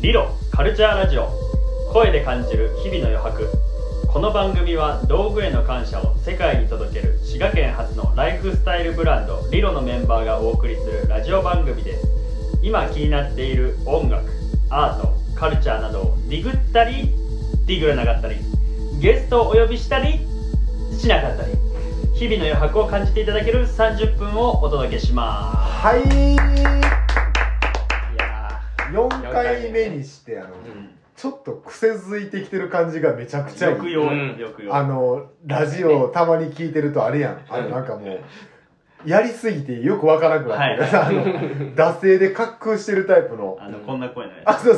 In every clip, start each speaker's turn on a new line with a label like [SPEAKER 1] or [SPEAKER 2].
[SPEAKER 1] リロカルチャーラジオ、声で感じる日々の余白。この番組は道具への感謝を世界に届ける滋賀県発のライフスタイルブランドリロのメンバーがお送りするラジオ番組です。今気になっている音楽、アート、カルチャーなどをディグったりディグらなかったり、ゲストをお呼びしたりしなかったり、日々の余白を感じていただける30分をお届けします。
[SPEAKER 2] はい、
[SPEAKER 1] いや
[SPEAKER 2] 4回目にしてちょっと癖づいてきてる感じがめちゃくちゃいい。
[SPEAKER 1] よくよ
[SPEAKER 2] ラジオたまに聞いてるとあれやん、なんかもうやりすぎてよくわからなくなってる、惰性で滑空してるタイプの
[SPEAKER 1] こんな声のやつ。
[SPEAKER 2] そう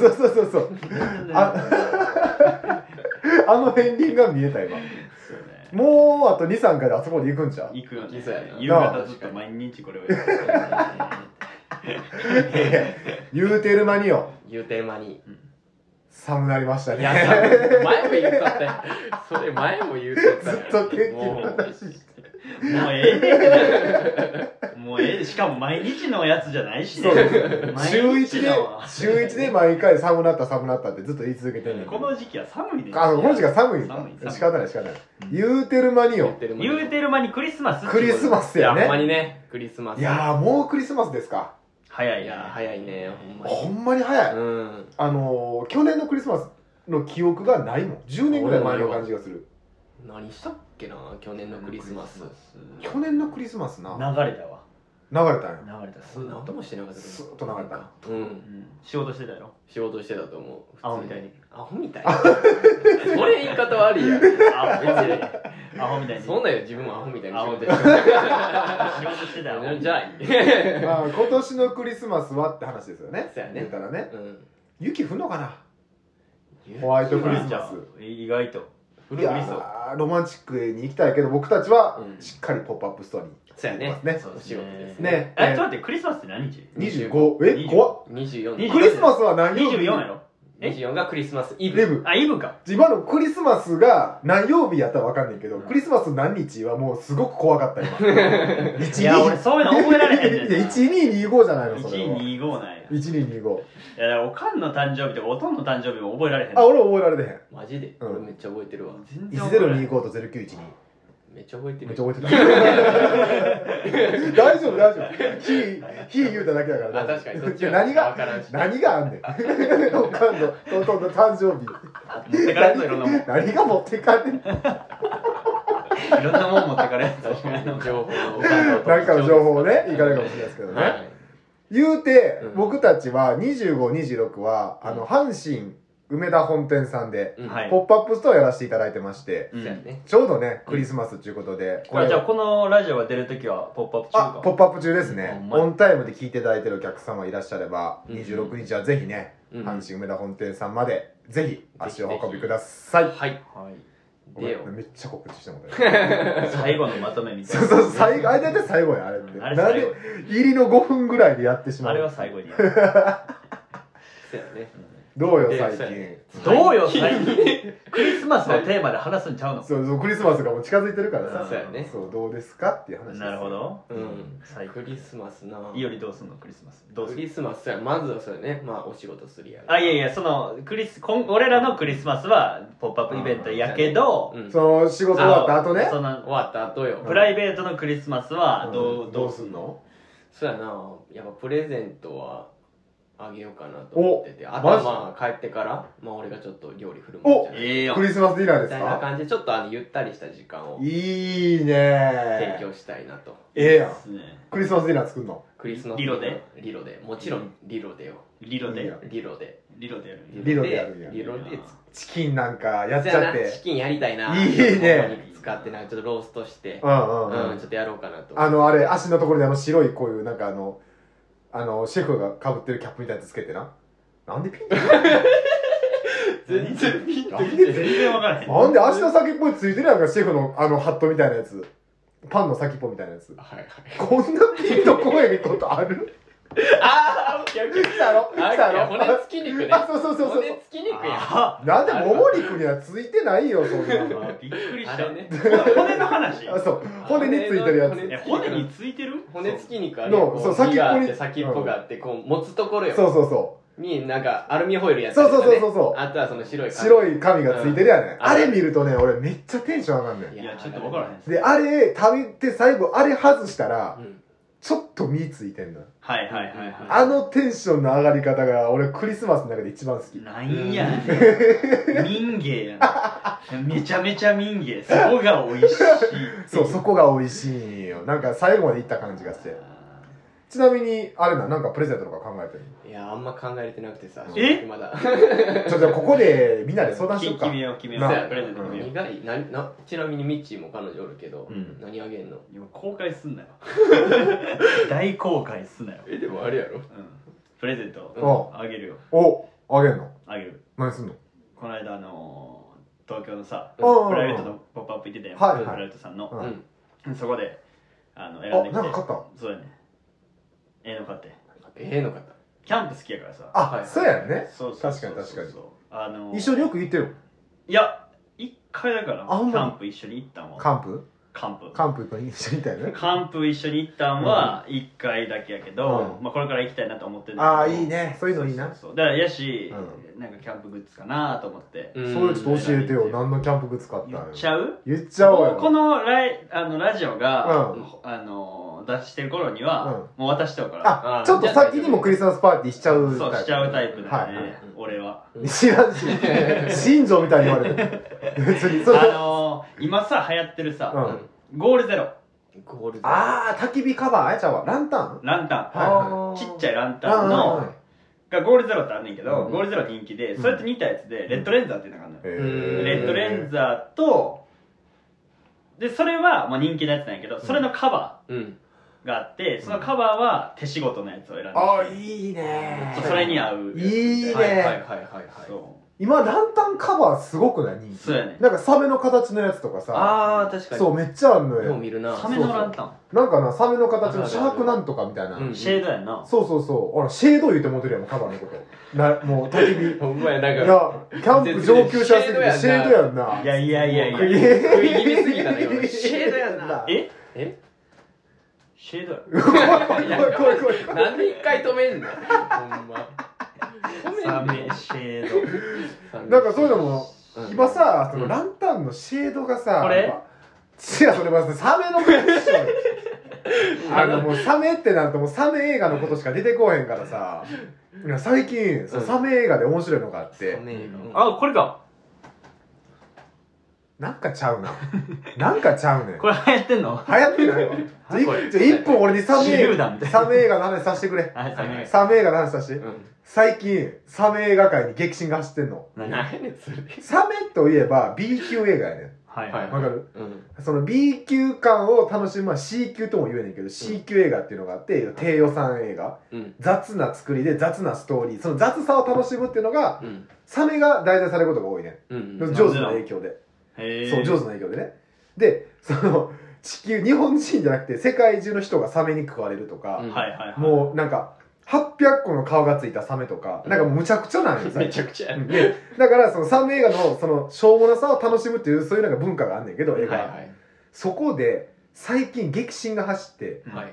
[SPEAKER 2] あの片鱗が見えた今。もうあと 2,3 回であそこで行くんちゃう？
[SPEAKER 1] 行くよね。夕方ずっと毎日これをやって
[SPEAKER 2] 言うてる間によ。
[SPEAKER 3] 言うてる間に。
[SPEAKER 2] 寒なりましたね。
[SPEAKER 3] いや、前も言うとったよ。それ前も言うとったよ。
[SPEAKER 2] ずっと天気の話して。
[SPEAKER 1] もうええもうええ。しかも毎日のやつじゃないしね。
[SPEAKER 2] 週1で毎回寒なったってずっと言い続けてんねん。
[SPEAKER 1] この時期は寒いね。
[SPEAKER 2] この時期は寒いんか。仕方ない。言うてる間によ。
[SPEAKER 1] 言うてる間にクリスマス。
[SPEAKER 2] クリスマスやね。
[SPEAKER 3] ほんまにね、クリスマス。
[SPEAKER 2] いやー、もうクリスマスですか。
[SPEAKER 1] 早い。
[SPEAKER 3] 早いね、
[SPEAKER 2] ほんまに早い。去年のクリスマスの記憶がないもん。10年ぐらい前の感じがする。
[SPEAKER 3] 何したっけな、去年のクリスマス。
[SPEAKER 2] 去年のクリスマスな。
[SPEAKER 1] 流れたわ。
[SPEAKER 2] 流れたんや。
[SPEAKER 1] 流れた。
[SPEAKER 3] 何ともしてなかった。
[SPEAKER 2] スーッと流れた。
[SPEAKER 1] 仕事してたやろ。
[SPEAKER 3] 仕事してたと思う。
[SPEAKER 1] アホみたいに。
[SPEAKER 3] アホみたいに。それ言い方悪いやん。
[SPEAKER 1] アホみたいに。
[SPEAKER 3] そんなよ、自分もアホみたいに仕事
[SPEAKER 1] してたよ。
[SPEAKER 3] じゃ
[SPEAKER 2] あ、今年のクリスマスはって話ですよね。
[SPEAKER 3] そうやね。
[SPEAKER 2] 言ったらね。雪降んのかな。ホワイトクリスマス。
[SPEAKER 1] 意外と。
[SPEAKER 2] いやー、ロマンチックに行きたいけど、僕たちはしっかりポップアップストアに
[SPEAKER 3] そうやね。
[SPEAKER 2] ね。
[SPEAKER 3] そう仕事です
[SPEAKER 2] ね。
[SPEAKER 1] ちょっと待って、クリスマスって何日？
[SPEAKER 2] 25。怖っ。
[SPEAKER 3] 24。
[SPEAKER 2] クリスマスは何曜日？
[SPEAKER 1] 24やろ。
[SPEAKER 3] 24がクリスマスイブ。
[SPEAKER 1] あ、イブか。
[SPEAKER 2] 今のクリスマスが何曜日やったらわかんないけど、クリスマス何日はもうすごく怖かった今。
[SPEAKER 1] いや、俺そういうの覚えられへんねん。
[SPEAKER 2] いや、1225じゃないのそれは。
[SPEAKER 1] 1225なんや。
[SPEAKER 2] 1225。
[SPEAKER 1] いや、おかんの誕生日とかおとんの誕生日も覚えられへん。
[SPEAKER 2] あ、俺覚えられてへん。
[SPEAKER 3] マジで？俺めっちゃ覚えてるわ。
[SPEAKER 2] 1025と0912。
[SPEAKER 3] めっちゃ覚えてる。
[SPEAKER 2] めっちゃ覚えてる。大丈夫。火言うただけだから。
[SPEAKER 3] あ、確かにそっちは
[SPEAKER 2] 何があんねん。おかんのとんの誕生日。
[SPEAKER 1] 持ってかれんのいろんなもん。
[SPEAKER 2] 何が持ってかれんの？
[SPEAKER 1] いろんなもん持ってかれんの。
[SPEAKER 3] 情報。
[SPEAKER 2] なんかの情報をね、いかないかもしれないですけどね。言うて、僕たちは25、26は、阪神梅田本店さんで、ポップアップストアやらせていただいてまして、ちょうどね、クリスマスっていうことで。
[SPEAKER 1] じゃあこのラジオが出るときはポップアップ中か？
[SPEAKER 2] ポップアップ中ですね。オンタイムで聞いていただいてるお客様いらっしゃれば、26日はぜひね、阪神梅田本店さんまで、ぜひ足を運びください。
[SPEAKER 3] はい。
[SPEAKER 2] めっちゃ告知してもら
[SPEAKER 1] って最後のまとめみたいな。
[SPEAKER 2] そう、あれだって最後や、あれって。なんで、入りの5分ぐらいでやってしまう。
[SPEAKER 1] あれは最後にやる。
[SPEAKER 3] そうやね。
[SPEAKER 2] どうよ最近。
[SPEAKER 1] どうよ最近。クリスマスのテーマで話すんちゃうの？
[SPEAKER 2] そう、クリスマスがもう近づいてるからさ。
[SPEAKER 3] そうやね。
[SPEAKER 2] そう、どうですかっていう話です。
[SPEAKER 1] なるほど。
[SPEAKER 3] クリスマスな。
[SPEAKER 1] いよりどうすんのクリスマス。
[SPEAKER 3] クリスマスはまずはそれね、まあお仕事するやん。
[SPEAKER 1] あ、いやその俺らのクリスマスはポップアップイベントやけど、
[SPEAKER 2] その仕事終わった後ね。
[SPEAKER 3] 終わった後よ。
[SPEAKER 1] プライベートのクリスマスはどうすんの？
[SPEAKER 3] そうやな、やっぱプレゼントはあげようかなと思ってて、あとはまあ帰ってからまあ俺がちょっと料理振る舞うんじゃない
[SPEAKER 2] クリスマスディナーですかみたい
[SPEAKER 3] な感じでちょっとゆったりした時間を
[SPEAKER 2] いいね
[SPEAKER 3] 提供したいなと。
[SPEAKER 2] やんクリスマスディナー作るの？
[SPEAKER 3] クリスマス
[SPEAKER 1] リロで
[SPEAKER 3] もちろんリロでよ。
[SPEAKER 1] リロでやる
[SPEAKER 2] んや。
[SPEAKER 3] リロで
[SPEAKER 2] チキンなんかやっちゃって
[SPEAKER 3] チキンやりたいな。
[SPEAKER 2] いいね。
[SPEAKER 3] 使ってなんかちょっとローストしてち
[SPEAKER 2] ょ
[SPEAKER 3] っとやろうかなと。
[SPEAKER 2] あれ足のところに白いこういうなんかシェフが被ってるキャップみたいなやつつけてな。なんでピンと
[SPEAKER 3] 全然ピンと
[SPEAKER 1] 全然分からへん。
[SPEAKER 2] なんで足の先っぽいついてるやんか、シェフのハットみたいなやつ。パンの先っぽみたいなやつ。こんなピンとこえへんことある？
[SPEAKER 3] あー、
[SPEAKER 2] 来たろ？
[SPEAKER 3] 骨付き肉ね。
[SPEAKER 2] そう。
[SPEAKER 3] 骨付き肉や。
[SPEAKER 2] なんでもも肉にはついてないよ、そんな
[SPEAKER 1] の。びっくりした。
[SPEAKER 3] ね。
[SPEAKER 1] 骨の話？
[SPEAKER 2] そう。骨についてるやつ。
[SPEAKER 1] 骨についてる？
[SPEAKER 3] 骨付き肉ある
[SPEAKER 2] の、そう、
[SPEAKER 3] 先っぽがあって、こう、持つところよ。
[SPEAKER 2] そう。
[SPEAKER 3] になんかアルミホイルやった
[SPEAKER 2] そう
[SPEAKER 3] りとか、ね、
[SPEAKER 2] そう
[SPEAKER 3] あとはその白い
[SPEAKER 2] 紙がついてるやね、あれ見るとね俺めっちゃテンション上がんねん。
[SPEAKER 1] いやちょっと分からへん
[SPEAKER 2] であれ食べて最後あれ外したら、ちょっと身ついてんの。
[SPEAKER 1] はいはいはいはい。
[SPEAKER 2] あのテンションの上がり方が俺クリスマスの中で一番好き。
[SPEAKER 1] なんやねん。民芸やねん。めちゃめちゃ民芸。そこが美味しい。
[SPEAKER 2] そう、そこが美味しいんよ。なんか最後までいった感じがして。ちなみに、あれなんかプレゼントとか考えてる？
[SPEAKER 3] いや、あんま考えれてなくてさ。まだ。
[SPEAKER 2] ちょっとここでみんなで相談しようか。
[SPEAKER 1] 決めよう。プレゼント決めよう。
[SPEAKER 3] 意外、ちなみにミッチーも彼女おるけど、何あげんの？
[SPEAKER 1] 公開すんなよ。大公開すんなよ。
[SPEAKER 3] でもあれやろ？
[SPEAKER 1] プレゼントあげるよ。
[SPEAKER 2] お、あげんの？
[SPEAKER 1] あげる。
[SPEAKER 2] 何すんの？
[SPEAKER 1] この間東京のさ、プライベートのポップアップ行ってたよ。プライベートさんの。そこで、選んできて。
[SPEAKER 2] なんか買った？
[SPEAKER 1] そうやね。の買って。
[SPEAKER 3] の買った。
[SPEAKER 1] キャンプ好きやからさ。
[SPEAKER 2] あ、そうやね。
[SPEAKER 1] そう
[SPEAKER 2] 確かに。
[SPEAKER 1] 一
[SPEAKER 2] 緒によく行ってる？
[SPEAKER 1] いや、一回だからキャンプ一緒に行ったんは。キャンプ
[SPEAKER 2] 一緒に行ったよね。
[SPEAKER 1] キャンプ一緒に行ったんは一回だけやけど、まあこれから行きたいなと思ってるんだけど。
[SPEAKER 2] ああ、いいね。そういうのいいな。
[SPEAKER 1] だからやし、なんかキャンプグッズかなと思って。
[SPEAKER 2] それちょっと教えてよ。何のキャンプグッズ買ったの？
[SPEAKER 1] 言っちゃう？
[SPEAKER 2] 言っちゃおうよ。
[SPEAKER 1] このラジオが、出してる頃には、もう渡しておくから。
[SPEAKER 2] あ、ちょっと先にもクリスマスパーティーしちゃうタイプ。
[SPEAKER 1] そう、しちゃうタイプだよね、俺は。
[SPEAKER 2] 知らんし、新庄みたいに言われる。別に。
[SPEAKER 1] 今さ、流行ってるさ、ゴールゼロ。
[SPEAKER 2] あー、焚き火カバーあやちゃうわ。ランタン。
[SPEAKER 1] ちっちゃいランタンの、がゴールゼロってあんねんけど、ゴールゼロ人気で、それと似たやつで、レッドレンザーっていうのがあるのよ。レッドレンザーと、で、それは人気のやつなんやけど、それのカバーがあって、そのカバーは手仕事のやつを選んで。
[SPEAKER 2] あー、いいね。
[SPEAKER 1] それに合う。
[SPEAKER 2] いいね。今、ランタンカバーすごくない？人気。
[SPEAKER 1] そうやね。
[SPEAKER 2] なんかサメの形のやつとかさ。
[SPEAKER 3] あー、確かに。
[SPEAKER 2] そう、めっちゃあんのよ。
[SPEAKER 3] よう見るな。
[SPEAKER 1] サメのランタン。
[SPEAKER 2] なんかな、サメの形のシャークなんとかみたいな。
[SPEAKER 1] シェードやんな。
[SPEAKER 2] そう。シェード言うてもうてるやん、カバーのこと。もう、焚き火。
[SPEAKER 3] ほんまや、なんか。
[SPEAKER 2] いや、キャンプ上級者すぎてシェードやんな。
[SPEAKER 1] いや。
[SPEAKER 3] 食い気味すぎたね、
[SPEAKER 1] シェードやんな。シェードや。
[SPEAKER 2] 怖い。
[SPEAKER 3] なんで一回止めんの？ほんま。
[SPEAKER 1] サメシェード。
[SPEAKER 2] なんかそういうのも、今さ、そのランタンのシェードがさ、
[SPEAKER 1] これ？
[SPEAKER 2] 違う、それまずサメのことでしょ。もうサメってなんともうサメ映画のことしか出てこへんからさ、最近、サメ映画で面白いのがあって。
[SPEAKER 1] あ、これか。
[SPEAKER 2] なんかちゃうな。なんかちゃうねん。
[SPEAKER 1] これ流行ってんの？
[SPEAKER 2] 流行ってないわ。1分俺にサメ映画の話させてくれ。サメ映画の話させて。最近、サメ映画界に激震が走ってんの。
[SPEAKER 3] 何やねん、それ。
[SPEAKER 2] サメといえば B 級映画やねん。わかる？その B 級感を楽しむ、まあ C 級とも言えねんけど、C 級映画っていうのがあって、低予算映画。雑な作りで雑なストーリー。その雑さを楽しむっていうのが、サメが題材されることが多いね。上手な影響で。そう、上手な影響でね。で、日本人じゃなくて世界中の人がサメに食われるとか、もうなんか、800個の顔がついたサメとか、なんかもうむちゃくちゃなんですよ。
[SPEAKER 3] めちゃくちゃ。
[SPEAKER 2] だから、そのサメ映画の、しょうもなさを楽しむっていう、そういうなんか文化があんねんけど、映画。そこで、最近激震が走って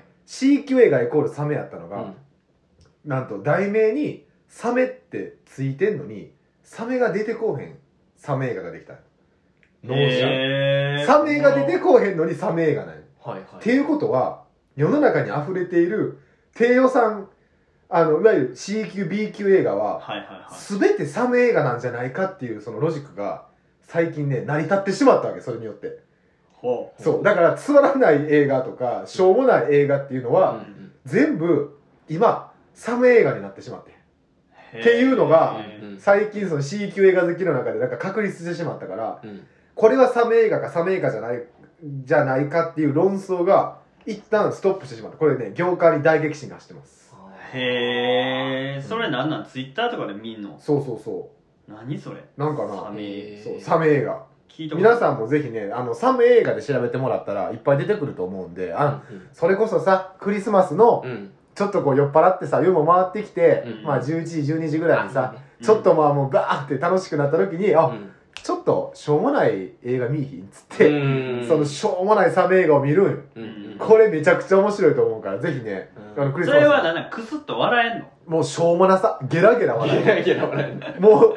[SPEAKER 2] 、C 級映画イコールサメやったのが、なんと題名に、サメってついてんのに、サメが出てこうへん、サメ映画ができた。サメが出てこうへんのにサメ映画なんよ。っていうことは、世の中に溢れている低予算、いわゆる C 級、B 級映画は、すべてサメ映画なんじゃないかっていうそのロジックが、最近ね、成り立ってしまったわけ、それによって。そう。だから、つまらない映画とか、しょうもない映画っていうのは、全部、今、サメ映画になってしまって。っていうのが、最近その C 級映画好きの中でなんか確立してしまったから、これはサメ映画かサメ映画じゃないかっていう論争が一旦ストップしてしまった。これね、業界に大激震が走ってます。
[SPEAKER 1] へー、それなんツイッターとかで見んの？
[SPEAKER 2] そう
[SPEAKER 1] 何それ？
[SPEAKER 2] なんかな、
[SPEAKER 1] サメ。
[SPEAKER 2] そう、サメ映画。皆さんもぜひね、サメ映画で調べてもらったらいっぱい出てくると思うんで、それこそさ、クリスマスの、ちょっとこう酔っ払ってさ、夜も回ってきて、まあ11時、12時ぐらいにさ、ちょっとまあもうバーって楽しくなった時に、ちょっとしょうもない映画見いひんっつって、そのしょうもないサメ映画を見るん。 これめちゃくちゃ面白いと思うからぜひね、
[SPEAKER 1] クリスマスそれはなんかクスッと笑えんの？
[SPEAKER 2] もうしょうもなさゲラゲラ笑え
[SPEAKER 3] ゲラゲラ笑えん
[SPEAKER 2] もう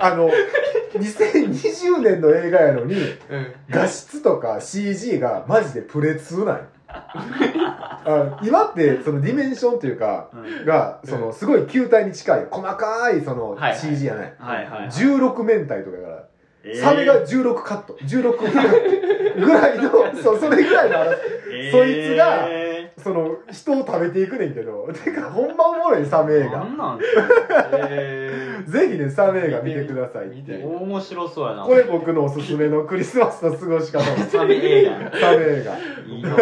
[SPEAKER 2] 2020年の映画やのに、画質とか CG がマジでプレ2ない今ってそのディメンションっていうか、がそのすごい球体に近い細かいその CG やない、16面体とかやからサメが16カット16ぐらいのそれぐらいのそいつがその人を食べていくねんけどてかほんまおもろいサメ映画ぜひねサメ映画見てくださいって
[SPEAKER 1] 面白そうやな
[SPEAKER 2] これ僕のおすすめのクリスマスの過ごし方
[SPEAKER 1] サメ映画いいよ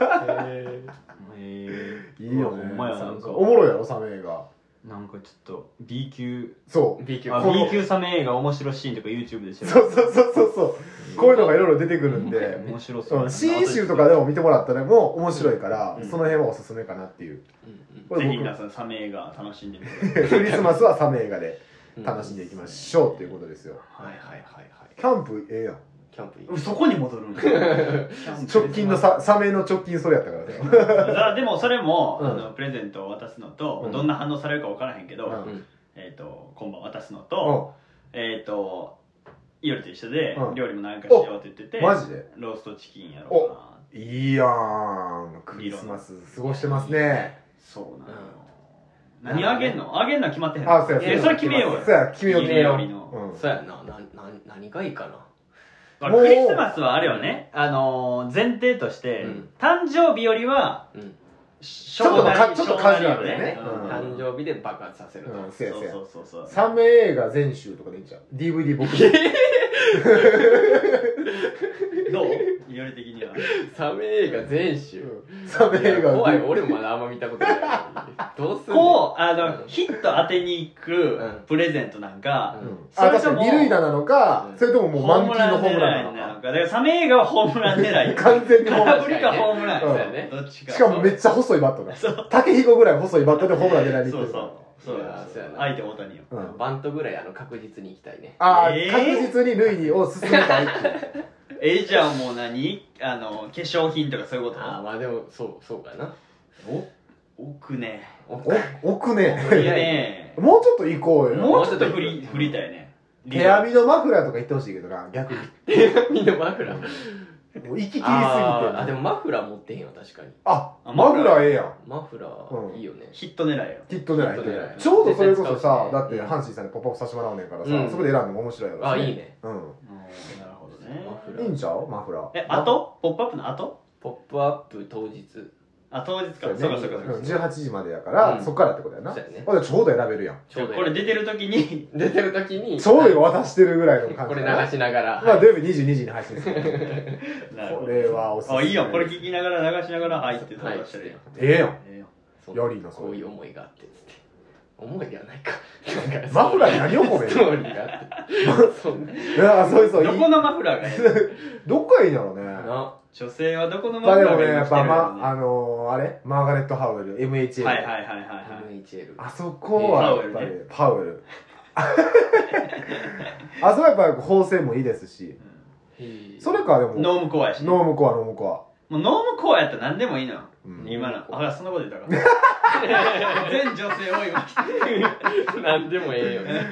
[SPEAKER 2] いいよねおもろいやろサメ映画
[SPEAKER 1] なんかちょっと B 級
[SPEAKER 2] そう
[SPEAKER 1] B 級サメ映画面白シーンとか YouTube で
[SPEAKER 2] そうこういうのがいろいろ出てくるんで
[SPEAKER 1] 面白そう
[SPEAKER 2] シーン集とかでも見てもらったらも面白いからその辺はおすすめかなっていう
[SPEAKER 1] ぜひ皆さんサメ映画楽しんでみて
[SPEAKER 2] クリスマスはサメ映画で楽しんでいきましょうっていうことですよキャンプええやん
[SPEAKER 3] キャンプいい
[SPEAKER 1] そこに戻るんだ
[SPEAKER 2] 直近のサメの直近それやったから
[SPEAKER 1] でもそれもプレゼントを渡すのとどんな反応されるか分からへんけど今晩渡すのといおりと一緒で料理もなんかしようって言ってて
[SPEAKER 2] マジで
[SPEAKER 1] ローストチキンやろう
[SPEAKER 2] ないいやんクリスマス過ごしてますね
[SPEAKER 1] そうなの何あげんのあげんのは決まってへん
[SPEAKER 2] あそう
[SPEAKER 1] やそれ決めようよ
[SPEAKER 2] そうや決めよう
[SPEAKER 3] そうやな何がいいかな
[SPEAKER 1] クリスマスはあれよね前提として誕生日よりは
[SPEAKER 2] ちょっとカジュアルね
[SPEAKER 3] 誕生日で爆発させる
[SPEAKER 1] そう
[SPEAKER 2] サメ映画全集とかでいいんちゃう DVD 僕
[SPEAKER 1] どうより的には
[SPEAKER 3] サメ映画全集
[SPEAKER 2] サメ映画
[SPEAKER 3] 怖い俺もまだあんま見たことないどうする
[SPEAKER 1] こうヒット当てに行くプレゼントなんか
[SPEAKER 2] 確かに二塁打なのかそれとももう満金のホームランなのか
[SPEAKER 1] だからサメ映画はホームラン狙い
[SPEAKER 2] 完全にホームラン
[SPEAKER 1] 空振りかホームランどっちか
[SPEAKER 2] しかもめっちゃ細いバットだ竹ひごぐらい細いバットでホームラン狙いに行ってる
[SPEAKER 1] そう相手大谷よ
[SPEAKER 3] バントぐらい確実に行きたいね
[SPEAKER 2] 確実に塁を進めたいっていう
[SPEAKER 1] じゃあもう何化粧品とかそういうこと
[SPEAKER 3] まあでもそうかな
[SPEAKER 1] 置くね
[SPEAKER 2] いやねもうちょっと行こうよ
[SPEAKER 1] もうちょっと振りたいね
[SPEAKER 2] 手編みのマフラーとか言ってほしいけどな逆に
[SPEAKER 3] 手編みのマフラー
[SPEAKER 2] もう息切りすぎて
[SPEAKER 3] でもマフラー持ってへんよ確かに
[SPEAKER 2] マフラーええやん
[SPEAKER 3] マフラーいいよね
[SPEAKER 1] ヒット狙いよ
[SPEAKER 2] ヒット狙いちょうどそれこそさだって阪神さんにポップアップさせてもらうねんからさそこで選んでも面白いやろ
[SPEAKER 3] いいね
[SPEAKER 1] なるほどね
[SPEAKER 2] いいんちゃうマフラー
[SPEAKER 1] あとポップアップの後
[SPEAKER 3] ポップアップ当日
[SPEAKER 1] 当日かそうか
[SPEAKER 2] 18時までやからそっからってことやなちょうど選べるやん
[SPEAKER 1] これ出てる時に
[SPEAKER 2] ちょうど渡してるぐらいの感じ
[SPEAKER 3] これ流しながら
[SPEAKER 2] 土曜日22時に配信するこれはおすすめ
[SPEAKER 1] いいよこれ聞きながら流しながら入って出してるやん
[SPEAKER 2] ええやんやりな
[SPEAKER 3] こういう思いがあって思いではないか
[SPEAKER 2] マフラーに何を込める
[SPEAKER 3] ストーリーがあって
[SPEAKER 2] そう
[SPEAKER 1] どこのマフラーがいい
[SPEAKER 2] どっかいいんやろね
[SPEAKER 1] 女性はどこのマフラーがいい
[SPEAKER 2] やっぱあれマーガレット・ハウエル MHL
[SPEAKER 1] はい
[SPEAKER 3] MHL
[SPEAKER 2] あそこはやっぱりパウエルあそこはやっぱり縫製もいいですしそれかでも
[SPEAKER 1] ノームコアやし
[SPEAKER 2] ノームコアもう
[SPEAKER 1] ノームコアやったら何でもいいの今のそんなこと言ったか全女性多いわ
[SPEAKER 3] 何でもええよね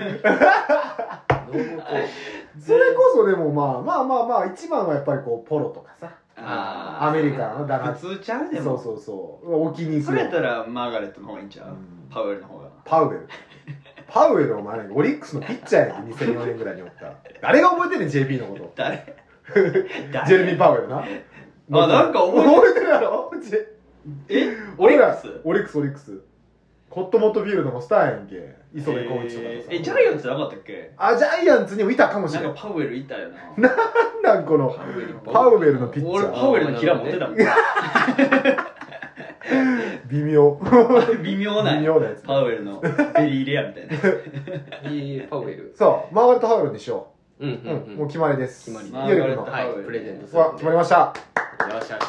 [SPEAKER 2] それこそでもまあ一番はやっぱりこうポロとかさアメリカの
[SPEAKER 1] 普通ちゃうでも
[SPEAKER 2] そう置きに行く
[SPEAKER 1] それやったらマーガレットの方がいいんちゃうパウエルの方が
[SPEAKER 2] パウエルお前オリックスのピッチャーやんけ2004年ぐらいにおった誰が覚えてんねん JP のこと
[SPEAKER 1] 誰
[SPEAKER 2] ジェレミー・パウエルな
[SPEAKER 1] なんか覚えてるやろオリックスホットモットフィールドのスターやんけ磯部浩一とかのさジャイアンツなかったっけ
[SPEAKER 2] ジャイアンツにもいたかもしれない
[SPEAKER 1] なんかパウエルいたよな
[SPEAKER 2] なんこのパウエルのピッチャー
[SPEAKER 1] 俺パウエルのキラ持ってたもん
[SPEAKER 2] 微妙
[SPEAKER 1] なやつパウエルのベリーレアみたいな
[SPEAKER 3] パウエル
[SPEAKER 2] そうマーガレット・ハウエルにしようもう決まりです
[SPEAKER 3] 決まり
[SPEAKER 1] マーガレット・
[SPEAKER 3] ハウエルプレゼント
[SPEAKER 2] 決まりました
[SPEAKER 3] よし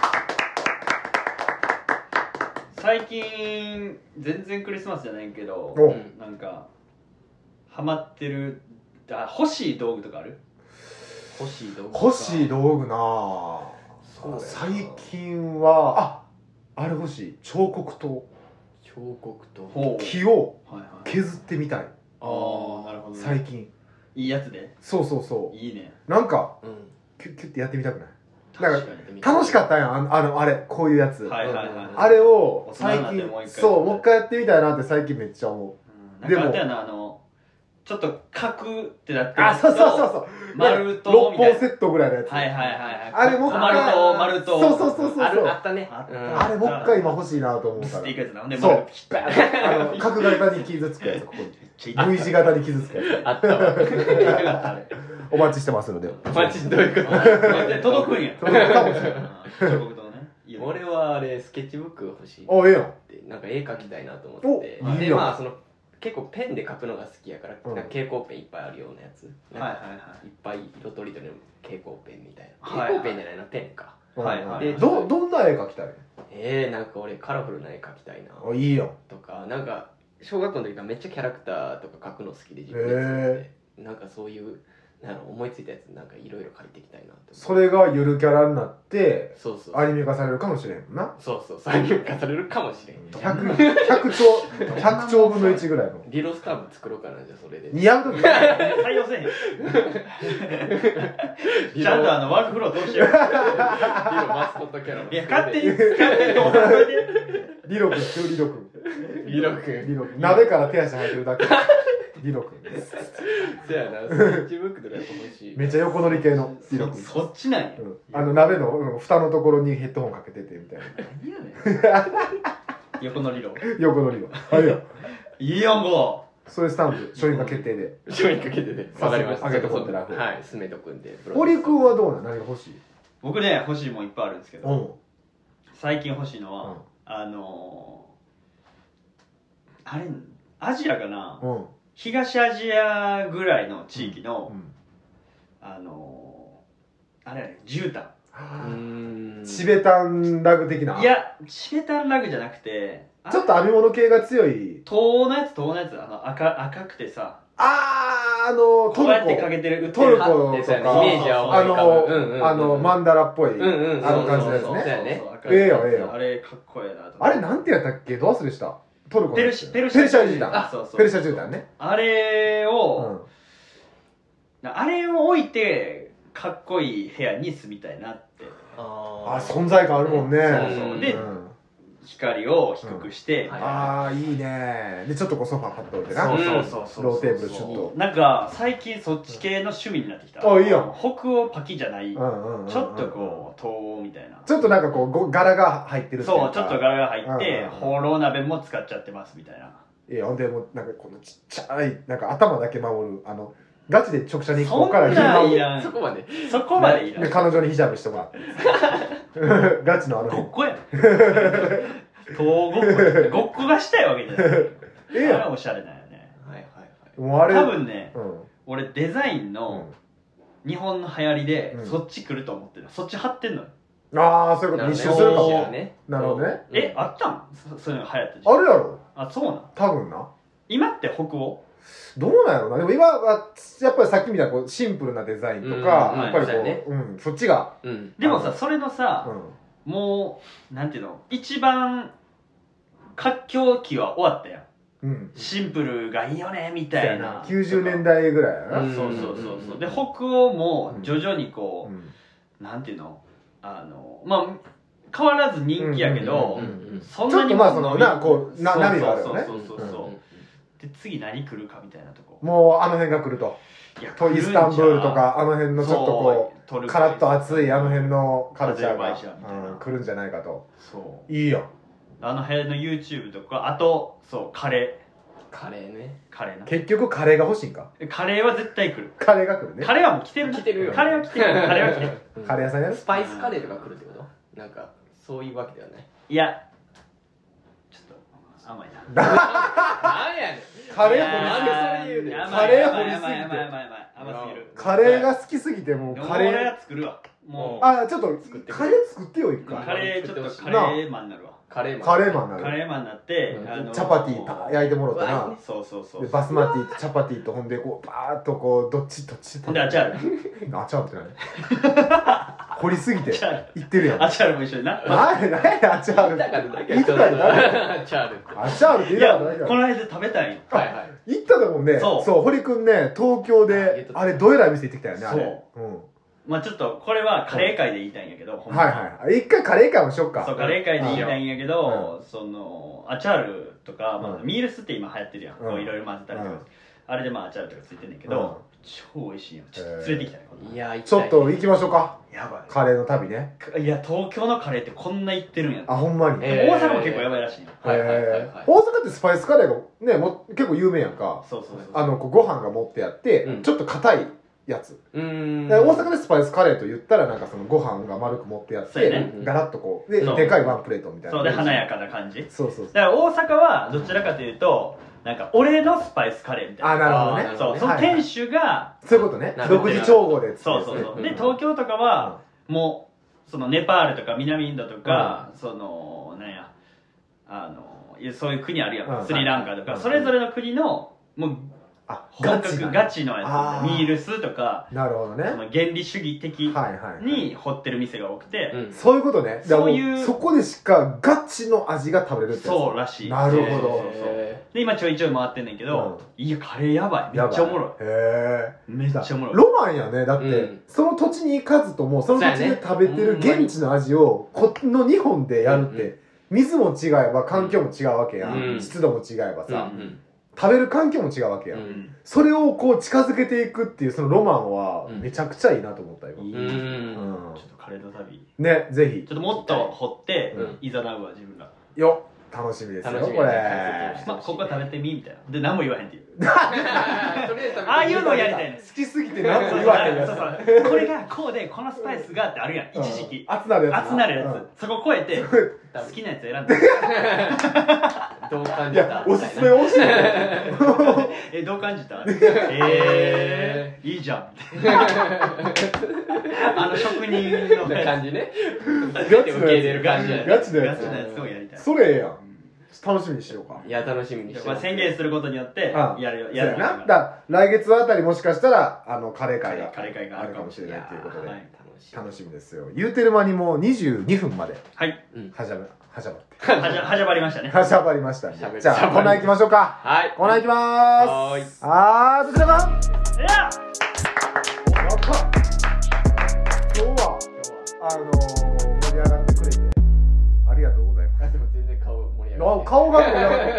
[SPEAKER 1] 最近全然クリスマスじゃないけどなんかハマってる欲しい道具とかある？
[SPEAKER 3] 欲しい道具
[SPEAKER 2] なぁ最近はあれ欲しい、彫刻刀。
[SPEAKER 3] 彫刻刀、
[SPEAKER 2] 木を削ってみたい。
[SPEAKER 1] ああ、なるほどね。
[SPEAKER 2] 最近
[SPEAKER 1] いいやつで。
[SPEAKER 2] そう
[SPEAKER 1] いいね。
[SPEAKER 2] なんかキュッキュッてやってみたくない？
[SPEAKER 1] 確か
[SPEAKER 2] に楽しかったやん、あれこういうやつ。あれを最近もう一回やってみたいなって最近めっちゃ思
[SPEAKER 1] う。でもあったやな、ちょっとカクってなってる。
[SPEAKER 2] そう
[SPEAKER 1] 丸と
[SPEAKER 2] 6本セットぐらいのやつ。
[SPEAKER 1] あれもう一回丸と
[SPEAKER 2] そう
[SPEAKER 3] あったね。
[SPEAKER 2] あれもう一回今欲しいなと思うから。
[SPEAKER 1] そう
[SPEAKER 2] 角型に傷つくやつ、ここに V 字型に傷つくやつ
[SPEAKER 3] あったわ。
[SPEAKER 2] お待ちしてますので。
[SPEAKER 3] お待ちどういうこと？
[SPEAKER 1] 届くんや。
[SPEAKER 2] 届くかもしれない。
[SPEAKER 3] 俺はあれスケッチブック欲しい。
[SPEAKER 2] あ、ええやん。
[SPEAKER 3] なんか絵描きたいなと思って。でまあその結構ペンで描くのが好きやから、蛍光ペンいっぱいあるようなやつ。いっぱい色とりどりの蛍光ペンみたいな。蛍光ペンじゃないな、ペンか。
[SPEAKER 2] でどんな絵描きたい？
[SPEAKER 3] なんか俺カラフルな絵描きたいな。
[SPEAKER 2] いいよ。
[SPEAKER 3] とかなんか小学校の時からめっちゃキャラクターとか描くの好きで自分で作って、なんかそういう思いついたやつなんかいろいろ描いていきたいなって。
[SPEAKER 2] それがゆるキャラになって
[SPEAKER 3] そう
[SPEAKER 2] アニメ化されるかもしれんもんな。
[SPEAKER 3] そうアニメ化されるかもしれん。
[SPEAKER 2] 100兆分の1ぐらいの
[SPEAKER 3] リロスターブ作ろうかな。じゃあそれで
[SPEAKER 2] 似合うとき
[SPEAKER 1] 採用せへんちゃんとワークフローどうしよう。リロ
[SPEAKER 3] マスコットキャラ。
[SPEAKER 1] いや勝手にどうされて
[SPEAKER 2] リロ君
[SPEAKER 3] リロ君
[SPEAKER 2] 鍋から手足生えてるだけリロ君
[SPEAKER 3] そやな、スケッチブックとかやっぱ欲しい。
[SPEAKER 2] めっちゃ横乗り系のリロ君。
[SPEAKER 1] そっちなんや。
[SPEAKER 2] 鍋の蓋のところにヘッドホンかけててみたいな。
[SPEAKER 1] 何やねん横乗りろ。
[SPEAKER 2] あれや
[SPEAKER 1] いいやんか。
[SPEAKER 2] それスタンプ商品化決定で。
[SPEAKER 3] 商品化決定で。わかりました。
[SPEAKER 2] あげとこうって楽。
[SPEAKER 3] はい、進めとくんで。
[SPEAKER 2] 堀君はどうなの？何が欲しい？
[SPEAKER 1] 僕ね、欲しいもんいっぱいあるんですけど、最近欲しいのはあれアジアかな、東アジアぐらいの地域のあれ絨毯。
[SPEAKER 2] チベタンラグ的な。
[SPEAKER 1] いや、チベタンラグじゃなくて
[SPEAKER 2] ちょっと編み物系が強い
[SPEAKER 1] 東のやつ赤くてさ、
[SPEAKER 2] ト
[SPEAKER 1] こうやってかけてる
[SPEAKER 2] トルコとか
[SPEAKER 3] イメージは
[SPEAKER 2] マンダラっぽい感じのやつね。ええよ
[SPEAKER 1] あれかっこええなと。
[SPEAKER 2] あれなんてやったっけ？どう忘れした？トルコ
[SPEAKER 1] ペルシャ絨毯。
[SPEAKER 2] ペルシャ絨毯ね。
[SPEAKER 1] あれを置いてかっこいい部屋に住みたいなって。
[SPEAKER 2] 存在感あるもんね。
[SPEAKER 1] で光を低くして、
[SPEAKER 2] いいね。でちょっとこうソファー買っておいてな。ローテーブルシュッと。
[SPEAKER 1] なんか最近そっち系の趣味になってきた。
[SPEAKER 2] いいやん。
[SPEAKER 1] 北欧パキじゃない、ちょっとこう東欧みたいな、
[SPEAKER 2] ちょっとなんかこう柄が入ってるっていうか。
[SPEAKER 1] そう、ちょっと柄が入ってホーロー鍋も使っちゃってますみたいな。
[SPEAKER 2] ほんでもなんかこのちっちゃいなんか頭だけ守るガチで直射日光から
[SPEAKER 1] いらん。そこまでいらん。
[SPEAKER 2] 彼女にヒジャブしてもらってガチの
[SPEAKER 1] ごっこやごっこがしたいわけじゃない。あれおしゃれなんよね。多分ね、俺デザインの日本の流行りでそっち来ると思ってる。そっち貼ってんのよ。
[SPEAKER 2] そういうこと密集するかも。なるほどね。
[SPEAKER 1] あったん？そういうの流行って
[SPEAKER 2] あるやろ。
[SPEAKER 1] そうなん？
[SPEAKER 2] 多分な。
[SPEAKER 1] 今って北欧
[SPEAKER 2] どうなんやろな。でも今はやっぱりさっきみたいなシンプルなデザインとかやっぱりこうそっちが。
[SPEAKER 1] でもさ、それのさ、もうなんていうの、一番活況期は終わったやん。シンプルがいいよねみたいな。
[SPEAKER 2] 90年代ぐらいやな。
[SPEAKER 1] そうで北欧も徐々にこうなんていうの、まあ変わらず人気やけど、そんなに
[SPEAKER 2] ちょっとまあそのこう波があるよね。
[SPEAKER 1] で次何来るかみたいなとこ。
[SPEAKER 2] もう辺が来ると。イスタンブールとか辺のちょっとこうカラッと熱い辺のカルチャーが来るんじゃないかと。いいよ。
[SPEAKER 1] 辺の YouTube とか、あとカレー
[SPEAKER 3] ね。
[SPEAKER 2] 結局カレーが欲しいんか。
[SPEAKER 1] カレーは絶対来る。
[SPEAKER 2] カレーが来るね。
[SPEAKER 1] カレーはもう来てるよ。カレーは来てる。
[SPEAKER 2] カレー屋さんやる？
[SPEAKER 3] スパイスカレーとか来るってこと？なんかそういうわけではない。
[SPEAKER 1] いや、ちょっと甘いな。
[SPEAKER 3] なんやねん。
[SPEAKER 2] カレー掘りすぎる。カレー掘りすぎて。
[SPEAKER 1] 甘すぎる。
[SPEAKER 2] カレーが好きすぎてもうカレー。
[SPEAKER 1] 俺は作るわ。も
[SPEAKER 2] う。ちょっとカレー作ってよ一回。
[SPEAKER 1] カレーちょっとカレーマンになるわ。
[SPEAKER 2] カレーマン
[SPEAKER 1] になって、
[SPEAKER 2] チャパティ焼いてもろたな。
[SPEAKER 1] そう
[SPEAKER 2] バスマティとチャパティとほんでこうバーッとこうどっち
[SPEAKER 1] ほんでアチャール。
[SPEAKER 2] アチャールって何？ 掘りすぎて言ってるやん。
[SPEAKER 1] アチャールも一緒にな。
[SPEAKER 2] 何やアチャールって。
[SPEAKER 3] 言ったから誰？アチャールって。
[SPEAKER 2] アチャールって言ったから
[SPEAKER 1] 誰？この間食べたい。
[SPEAKER 3] はいはい。
[SPEAKER 2] 行っただもんね。そう、堀くんね、東京で、あれ、どえらい店行ってきたよね、あれ。そう。
[SPEAKER 1] まあちょっと、これはカレー界で言いたいんやけど、
[SPEAKER 2] はいはい。一回カレー界もしよっか。
[SPEAKER 1] そう、カレー界で言いたいんやけど、その、アチャールとか、ミールスって今流行ってるやん。こういろいろ混ぜたりとか。あれでまあアチャールとかついてんねんけど、超美味しいよ。ちょっと連れてきたね。
[SPEAKER 3] いや、
[SPEAKER 2] ちょっと行きましょうか。
[SPEAKER 1] やばい。
[SPEAKER 2] カレーの旅ね。
[SPEAKER 1] いや、東京のカレーってこんな行ってるんや。
[SPEAKER 2] あ、ほんまに。
[SPEAKER 1] 大阪も結構やばいらしいよ。
[SPEAKER 2] 大阪ってスパイスカレーがね、結構有名やんか。
[SPEAKER 1] そうそうそう。
[SPEAKER 2] ご飯が持ってあって、ちょっと硬いやつ。大阪でスパイスカレーと言ったら、なんかそのご飯が丸く持ってあって、ガラッとこう、でかいワンプレートみたいな。
[SPEAKER 1] そうで、華やかな感じ。
[SPEAKER 2] そうそう。
[SPEAKER 1] だから大阪はどちらかというと、なんか俺のスパイスカレーみたいな。
[SPEAKER 2] あ、なるほどね。
[SPEAKER 1] そう、その店主が、
[SPEAKER 2] そういうことね。独自調合で。
[SPEAKER 1] そうそうそう。で、東京とかは、もう、そのネパールとか南インドとか、その、なんや、そういう国あるやん。スリランカとか、それぞれの国の、もう、本格ガチのやつ、ミールスとか、
[SPEAKER 2] なるほどね。
[SPEAKER 1] 原理主義的に掘ってる店が多くて、
[SPEAKER 2] そういうことね。
[SPEAKER 1] そういう、
[SPEAKER 2] そこでしかガチの味が食べれるってやつ。
[SPEAKER 1] そうらしい。
[SPEAKER 2] なるほど。
[SPEAKER 1] で、今ちょいちょい回ってんねんけど、いや、カレーやばい。めっちゃおもろい。めっちゃおもろい。
[SPEAKER 2] ロマンやね。だって、その土地に行かずとも、その土地で食べてる現地の味を、この日本でやるって、水も違えば環境も違うわけやん。湿度も違えばさ。食べる環境も違うわけやん。それをこう近づけていくっていうそのロマンはめちゃくちゃいいなと思ったよ。
[SPEAKER 1] ちょっとカレーの旅。
[SPEAKER 2] ね、ぜひ。
[SPEAKER 1] ちょっともっと掘って、いざなうわ、自分ら。
[SPEAKER 2] よっ。楽しみですよ、これ。
[SPEAKER 1] まあ、ここ食べてみみたいな。で、何も言わへんっていう。ああいうのをやりたいね。
[SPEAKER 2] 好きすぎて何も言わへんやつ。
[SPEAKER 1] これがこうで、このスパイスがってあるやん、一時期。
[SPEAKER 2] 熱なるやつ。
[SPEAKER 1] 熱なるやつ。そこ超えて、好きなやつ選んで。
[SPEAKER 3] どう感じた？
[SPEAKER 2] おすすめ教
[SPEAKER 1] えて。どう感じた？いいじゃん。職人の
[SPEAKER 3] 感じね。
[SPEAKER 2] ガチのやつ
[SPEAKER 1] をやりたい。
[SPEAKER 2] それええやん。楽しみにしようか。
[SPEAKER 3] いや、楽しみにしよう。
[SPEAKER 1] 宣言することによって、やる
[SPEAKER 2] な。来月あたりもしかしたら、カレー会があるかもしれないということで、楽しみですよ。言うてる間にもう22分まで。
[SPEAKER 1] はい。
[SPEAKER 2] はじゃ
[SPEAKER 1] ばりましたね。
[SPEAKER 2] はじゃばりましたね。じゃあ、コーナー行きましょうか。
[SPEAKER 3] はい。
[SPEAKER 2] コーナー行きまーす。どちらか
[SPEAKER 1] いや
[SPEAKER 2] やった今日は、盛り上がってくれて、ありがとうございます。
[SPEAKER 3] でも全然顔盛り上がって。
[SPEAKER 2] 顔が盛り上がって。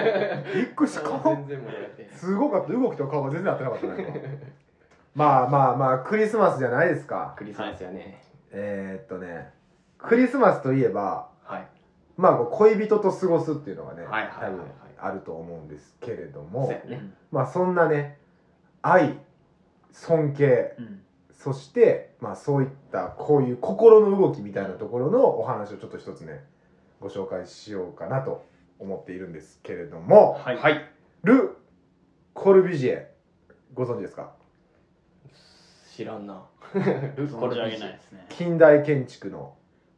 [SPEAKER 2] びっくりした。顔。
[SPEAKER 3] 全然盛り上がって。
[SPEAKER 2] すごかった。動きと顔が全然合ってなかったね。まあ、クリスマスじゃないですか。
[SPEAKER 3] クリスマスやね。
[SPEAKER 2] クリスマスといえば、まあ、恋人と過ごすっていうのがね、多分あると思うんですけれども、まあ、そんなね、愛、尊敬、そして、まあ、そういったこういう心の動きみたいなところのお話をちょっと一つね、ご紹介しようかなと思っているんですけれども、ル・コルビュジエ、ご存知ですか？
[SPEAKER 3] 知らんな。
[SPEAKER 1] ル・コルビュジエ。
[SPEAKER 2] 近代建築の、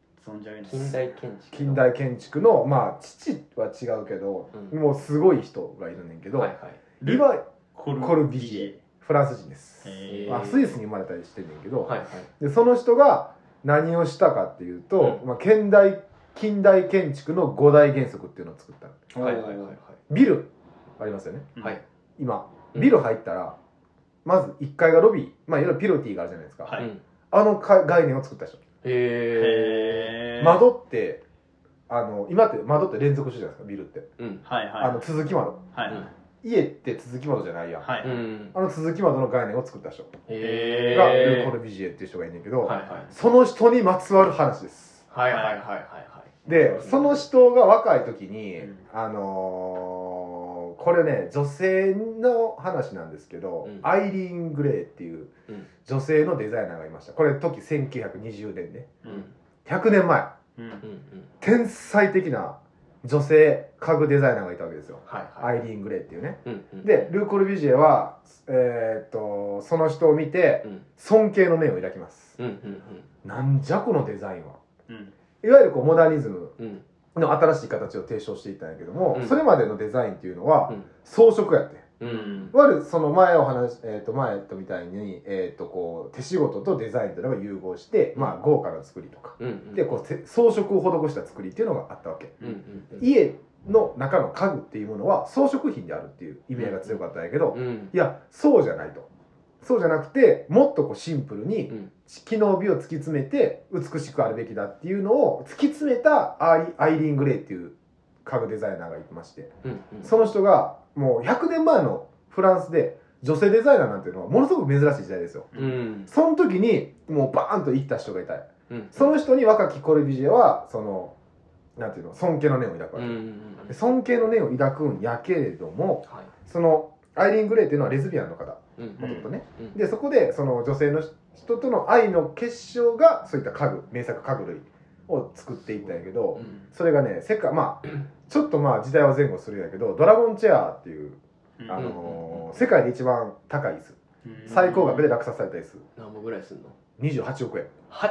[SPEAKER 3] 近代建築
[SPEAKER 2] の、まあ、父は違うけど、もうすごい人がいるねんけど、リヴァ・コルビュジエ、フランス人です。スイスに生まれたりしてんねんけど、でその人が何をしたかっていうと、近代建築の5大原則っていうのを作ったの。ビルありますよね。今ビル入ったらまず1階がロビー、まあいわゆるピロティがあるじゃないですか。あの概念を作った人。窓って今って窓って連続してるじゃないですか、ビルって。続き窓。家って続き窓じゃないやん。続き窓の概念を作った人がル・コルビュジエっていう人がいるんだけど、その人にまつわる話です。でその人が若い時にこれね女性の話なんですけど、アイリーン・グレーっていう女性のデザイナーがいました。これ時1920年ね、100年前、天才的な女性家具デザイナーがいたわけですよ。アイリーン・グレーっていうね。でル・コルビュジエはその人を見て尊敬の念を抱きます。なんじゃこのデザインは。いわゆるこうモダニズムの新しい形を提唱していったんやけども、それまでのデザインっていうのは装飾やって。 いわゆるその前みたいに、こう手仕事とデザインというのが融合して、まあ、豪華な作りとか、でこう装飾を施した作りっていうのがあったわけ、家の中の家具っていうものは装飾品であるっていう意味合いが強かったんやけど、いやそうじゃないと。そうじゃなくてもっとこうシンプルに機能美を突き詰めて美しくあるべきだっていうのを突き詰めたアイリーン・グレイっていう家具デザイナーがいまして、その人がもう100年前のフランスで女性デザイナーなんていうのはものすごく珍しい時代ですよ、その時にもうバーンと行った人がいたい、その人に若きコルビュジエはそのなんていうの尊敬の念を抱くわけ、尊敬の念を抱くんやけれども、そのアイリーン・グレイっていうのはレズビアンの方もともとね、でそこでその女性の人との愛の結晶がそういった名作家具類を作っていったんやけど、それがねまあちょっとまあ時代は前後するんやけど、ドラゴンチェアっていう世界で一番高い椅子、最高額で落札された椅子、
[SPEAKER 3] 何本ぐらいすんの
[SPEAKER 2] ？28億円。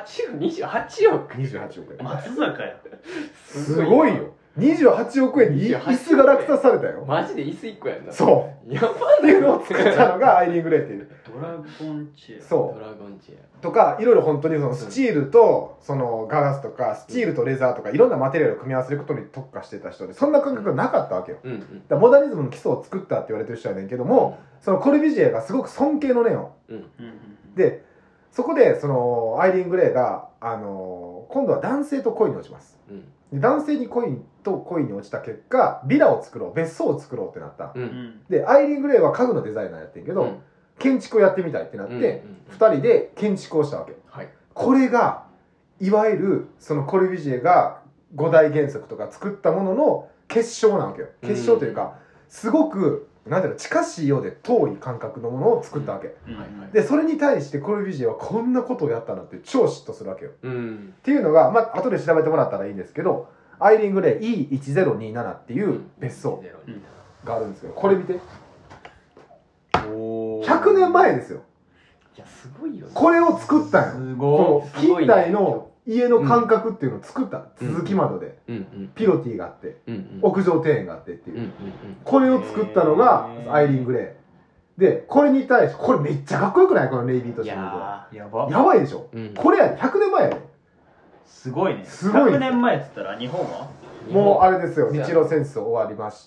[SPEAKER 3] 28億
[SPEAKER 2] 28億円。
[SPEAKER 1] 松坂や。
[SPEAKER 2] すごいよ。28億円に椅子が落札されたよ。
[SPEAKER 3] マジで椅子1個やんな。
[SPEAKER 2] そう
[SPEAKER 3] やば
[SPEAKER 2] っていうのを作ったのがアイリーン・グレイっていう。
[SPEAKER 1] ドラゴンチェア。
[SPEAKER 2] そう。
[SPEAKER 3] ドラゴンチェア
[SPEAKER 2] とかいろいろ本当にそのスチールとそのガラスとかスチールとレザーとかいろんなマテリアルを組み合わせることに特化してた人で、そんな感覚がなかったわけよ。だからモダニズムの基礎を作ったって言われてる人やねんけども、そのコルビュジエがすごく尊敬の念を。でそこでそのアイリーン・グレイが今度は男性と恋に落ちます。で男性に恋に落ちた結果ビラを作ろう、別荘を作ろうってなった、でアイリーン・グレイは家具のデザイナーやってんけど、建築をやってみたいってなって、2人で建築をしたわけ、これがいわゆるそのコルビュジエが5大原則とか作ったものの結晶なわけよ。結晶というかすごくなんていうの近しいようで遠い感覚のものを作ったわけ、でそれに対してコルビュジエはこんなことをやったんだって超嫉妬するわけよ、っていうのがまあ後で調べてもらったらいいんですけど、アイリーン・グレイ E1027 っていう別荘があるんですけど、これ見て、100年前ですよ。
[SPEAKER 3] いやすごいよね。
[SPEAKER 2] これを作ったんよ。この近代の家の感覚っていうのを作った、続き窓で、ピロティがあって、屋上庭園があってっていう、これを作ったのがアイリーン・グレイで、これに対してこれめっちゃかっこよくない？このネイビーとシールドやばいでしょ、これやで100年前やで。
[SPEAKER 1] すごいね。100年前っつったら日本は
[SPEAKER 2] もうあれですよ、日露戦争終わりまして、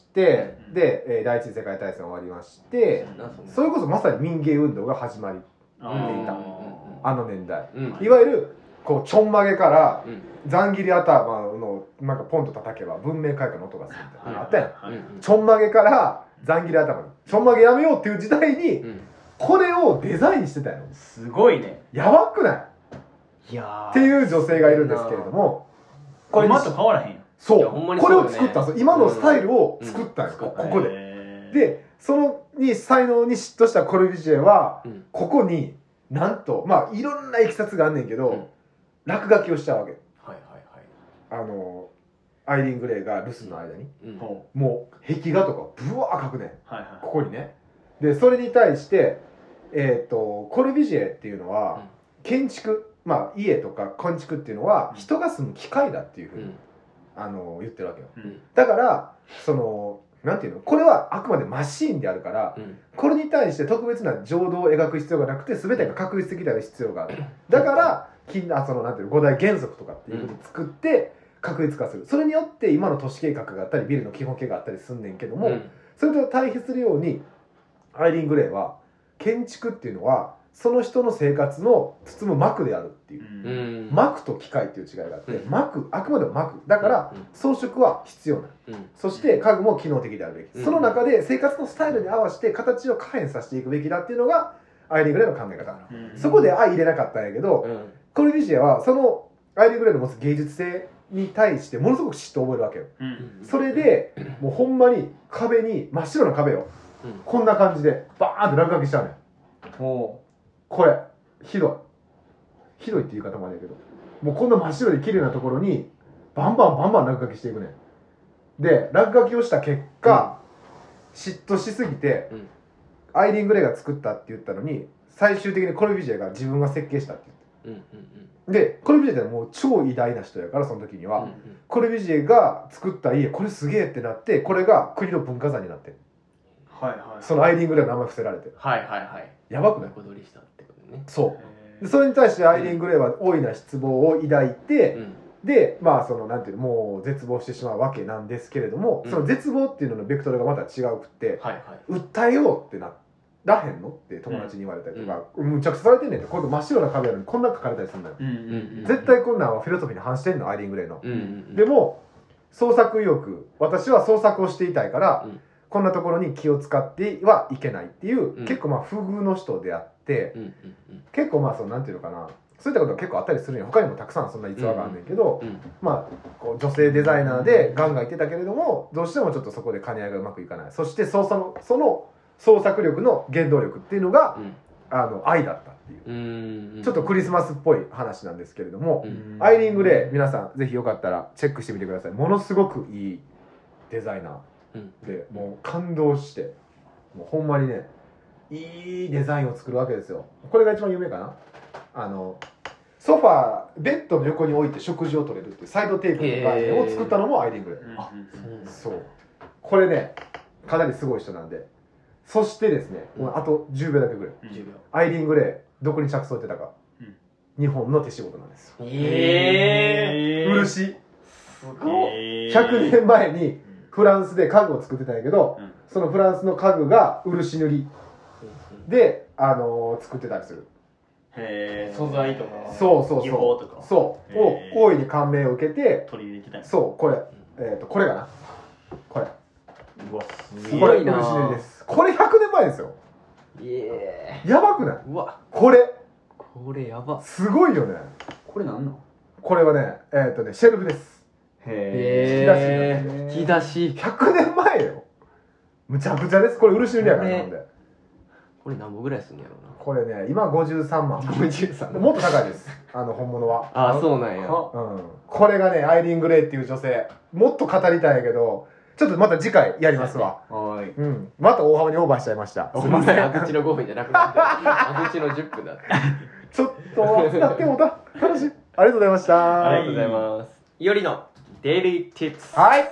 [SPEAKER 2] で第一次世界大戦終わりまして、それこそまさに民芸運動が始まりていたあの年代、いわゆるこうちょんまげからざん切り頭のなんかポンと叩けば文明開化の音がするみたいなのあったやん。ちょんまげからざん切り頭にちょんまげやめようっていう時代にこれをデザインしてたよ。
[SPEAKER 1] すごいね。
[SPEAKER 2] やばくない？
[SPEAKER 3] いや
[SPEAKER 2] っていう女性がいるんですけれども、
[SPEAKER 1] これ今と変わらへんよ。
[SPEAKER 2] そう、これを作ったんですよ。今のスタイルを作ったんです、ここで。でその才能に嫉妬したコルビュジエは、ここになんとまあいろんな経緯があんねんけど、落書きをしちゃうわけ。アイリーン・グレイが留守の間に、もう壁画とかブワー描くねん、ここにね。でそれに対してコルビュジエっていうのは、建築、まあ家とか建築っていうのは人が住む機械だっていうふうに、言ってるわけよ、だからそのなんていうの、これはあくまでマシーンであるから、これに対して特別な情動を描く必要がなくて全てが確率的である必要がある。だからそのなんていうの5大原則とかっていうふうに作って確率化する。それによって今の都市計画があったりビルの基本形があったりすんねんけども、それと対比するようにアイリーン・グレイは建築っていうのはその人の生活の包む膜であるっていう、膜と機械っていう違いがあって、膜、あくまでも膜だから装飾は必要な、そして家具も機能的であるべき、その中で生活のスタイルに合わせて形を可変させていくべきだっていうのがアイリーン・グレイの考え方、そこで相入れなかったんやけど、コルビュジエはそのアイリーン・グレイの持つ芸術性に対してものすごく嫉妬を覚えるわけよ、それでもうほんまに壁に真っ白な壁をこんな感じでバーンって落書きしちゃうねん。これひどいって言い方もあるんやけど、もうこんな真っ白で綺麗なところにバンバン落書きしていくねん。で落書きをした結果、嫉妬しすぎて、アイリーン・グレイが作ったって言ったのに最終的にコルビュジエが自分が設計したって言って、でコルビュジエってもう超偉大な人やから、その時には、コルビュジエが作った家これすげえってなって、これが国の文化財になってる。 そのアイリーン・グレイの名前伏せられて、やばくない？
[SPEAKER 3] 横取りしたってことね。
[SPEAKER 2] そうでそれに対してアイリーン・グレイは大いな失望を抱いて、でまあそのなんていうのもう絶望してしまうわけなんですけれども、その絶望っていうののベクトルがまた違うくって、訴えようってならへんのって友達に言われたりとか、むちゃくちゃされてんねんって、今度真っ白な壁やのにこんな書かれたりするんだよ、絶対こんなんはフィロソフィーに反してんのアイリーン・グレイの、でも創作意欲、私は創作をしていたいから、こんなところに気を使ってはいけないっていう、結構まあ不遇の人であって、結構まあそのなんていうのかな、そういったことが結構あったりするんや。他にもたくさんそんな逸話があんねんけど、まあこう女性デザイナーでガンガン言ってたけれども、どうしてもちょっとそこで兼ね合いがうまくいかない。そしてその創作力の原動力っていうのが、愛だったっていう、ちょっとクリスマスっぽい話なんですけれども、アイリーン・グレイ、皆さんぜひよかったらチェックしてみてください。ものすごくいいデザイナーで、もう感動して、もうほんまにね、いいデザインを作るわけですよ。これが一番有名かな。ソファー、ベッドの横に置いて食事を取れるっていうサイドテーブルの概念を作ったのもアイリーン・グレイ。そう。これね、かなりすごい人なんで。そしてですね、あと10秒だけぐらい。アイリーン・グレイ、どこに着想ってたか。日本の手仕事なんですよ。漆。
[SPEAKER 3] すごい。
[SPEAKER 2] 100年前にフランスで家具を作ってたんやけど、そのフランスの家具が漆塗りで、作ってたりする。
[SPEAKER 1] 素材とか
[SPEAKER 2] 技法とかを大いに感銘を受けて
[SPEAKER 1] 取り入れてた。
[SPEAKER 2] そうこれこれかな、これ
[SPEAKER 3] すごいな。
[SPEAKER 2] 漆塗りです。これ100年前ですよ。やばくない？これやば、すごいよね。
[SPEAKER 1] これなんの？
[SPEAKER 2] これはねシェルフです。
[SPEAKER 3] 引き出し
[SPEAKER 2] 100年前よ。むちゃくちゃです。これ漆塗りやからなんで。
[SPEAKER 3] これ何本ぐらいするんやろうな。
[SPEAKER 2] これね今53万。
[SPEAKER 3] 53
[SPEAKER 2] もっと高いです。本物は。
[SPEAKER 3] あ、そうなんや。
[SPEAKER 2] これがねアイリーン・グレイっていう女性、もっと語りたいんやけどちょっとまた次回やりますわ。また大幅にオーバーしちゃいました。
[SPEAKER 3] すみません。アグチの5分じゃなくなってアグチの10分だって。
[SPEAKER 2] ちょっと使ってもた楽しい。ありがとうございました。
[SPEAKER 3] ありがとうございます。いおりのデイリーティップス。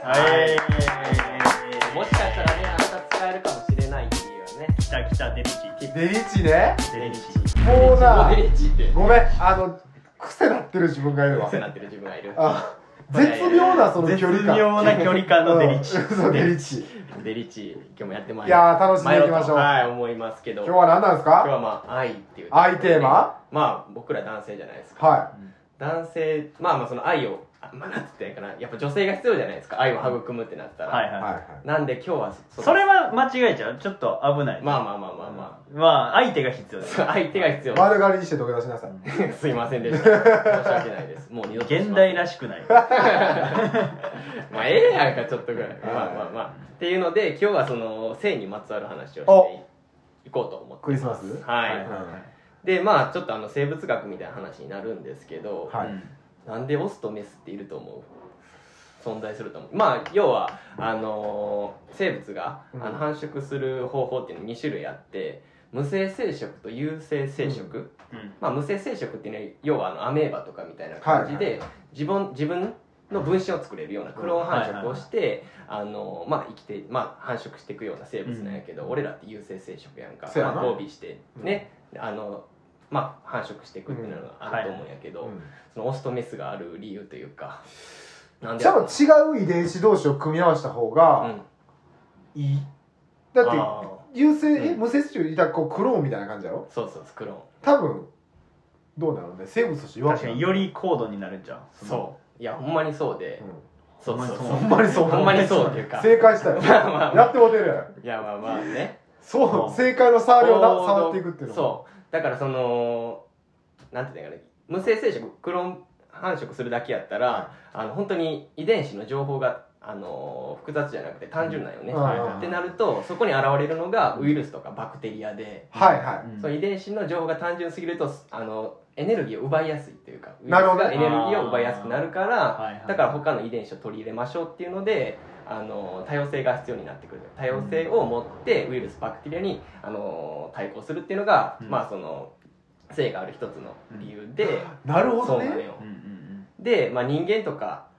[SPEAKER 3] もしかしたらね、あなた使えるかもしれないっていうね。
[SPEAKER 1] きたデリチ。
[SPEAKER 2] デリチね。
[SPEAKER 1] デリチ。
[SPEAKER 2] もうな、
[SPEAKER 3] デリチって
[SPEAKER 2] ごめん、癖なってる自分がいるわ。
[SPEAKER 3] 癖なってる自分がいる。
[SPEAKER 2] 絶妙なその距離感。
[SPEAKER 1] 絶妙な距離感のデリチ。
[SPEAKER 2] そうデリチ。
[SPEAKER 3] デリチ、今日もやってまい
[SPEAKER 2] ります。いやー楽しんでいきましょう。
[SPEAKER 3] はい、思いますけど。
[SPEAKER 2] 今日は何なんですか？
[SPEAKER 3] 今日はまあ愛っていう。
[SPEAKER 2] 愛テーマ？
[SPEAKER 3] まあ僕ら男性じゃないですか。
[SPEAKER 2] はい。
[SPEAKER 3] 男性、まあその愛を、まあなんて言ったらいいかな、やっぱ女性が必要じゃないですか、愛を育むってなったら。なんで今日は
[SPEAKER 1] それは間違えちゃう。ちょっと危ない。
[SPEAKER 3] まあ
[SPEAKER 1] 相手が必要です。
[SPEAKER 3] 相手が必要。
[SPEAKER 2] 丸刈りにして土下座しなさい。
[SPEAKER 3] すいませんでした。申し訳ないです。もう二度と。
[SPEAKER 1] 現代らしくない。
[SPEAKER 3] まあええやんかちょっとぐらい。まあっていうので今日はその性にまつわる話をしていこうと思ってます。
[SPEAKER 2] クリスマス？
[SPEAKER 3] はい。でまあちょっと生物学みたいな話になるんですけど、なんでオスとメスっていると思う？存在すると思う。まあ要は生物が繁殖する方法っていうの2種類あって、無性生殖と有性生殖。まあ無性生殖っていうのは要はアメーバとかみたいな感じで自分の分子を作れるようなクローン繁殖をしてまあ生きて繁殖していくような生物なんやけど、俺らって有性生殖やんか。交尾してねまあ繁殖していくっていうのがあると思うんやけど、そのオスとメスがある理由というか、
[SPEAKER 2] なんで違う遺伝子同士を組み合わせた方がいい。だって有性無性生殖いたらクローンみたいな感じやろ。
[SPEAKER 3] そうクローン。
[SPEAKER 2] 多分どうなのね、生物として
[SPEAKER 1] 確かにより高度になるんじゃん。
[SPEAKER 3] そういやほんまにそうで、
[SPEAKER 2] ほんまにそう
[SPEAKER 3] っていうか
[SPEAKER 2] 正解したよ。やってもてるやん。
[SPEAKER 3] いやまあね、
[SPEAKER 2] そう正解の触りを触っていくっていうの。
[SPEAKER 3] そうだからそのなんていうかね、無性生殖クローン繁殖するだけやったら本当に遺伝子の情報が複雑じゃなくて単純なんよね。ってなるとそこに現れるのがウイルスとかバクテリアで、その遺伝子の情報が単純すぎるとエネルギーを奪いやすいっていうか、ウイルスがエネルギーを奪いやすくなるから、だから他の遺伝子を取り入れましょうっていうので多様性が必要になってくる。多様性を持ってウイルスバクテリアに対抗するっていうのが、まあその性がある一つの理由で。
[SPEAKER 2] なるほどね。
[SPEAKER 3] そうなのよ。で、まあ、人間とか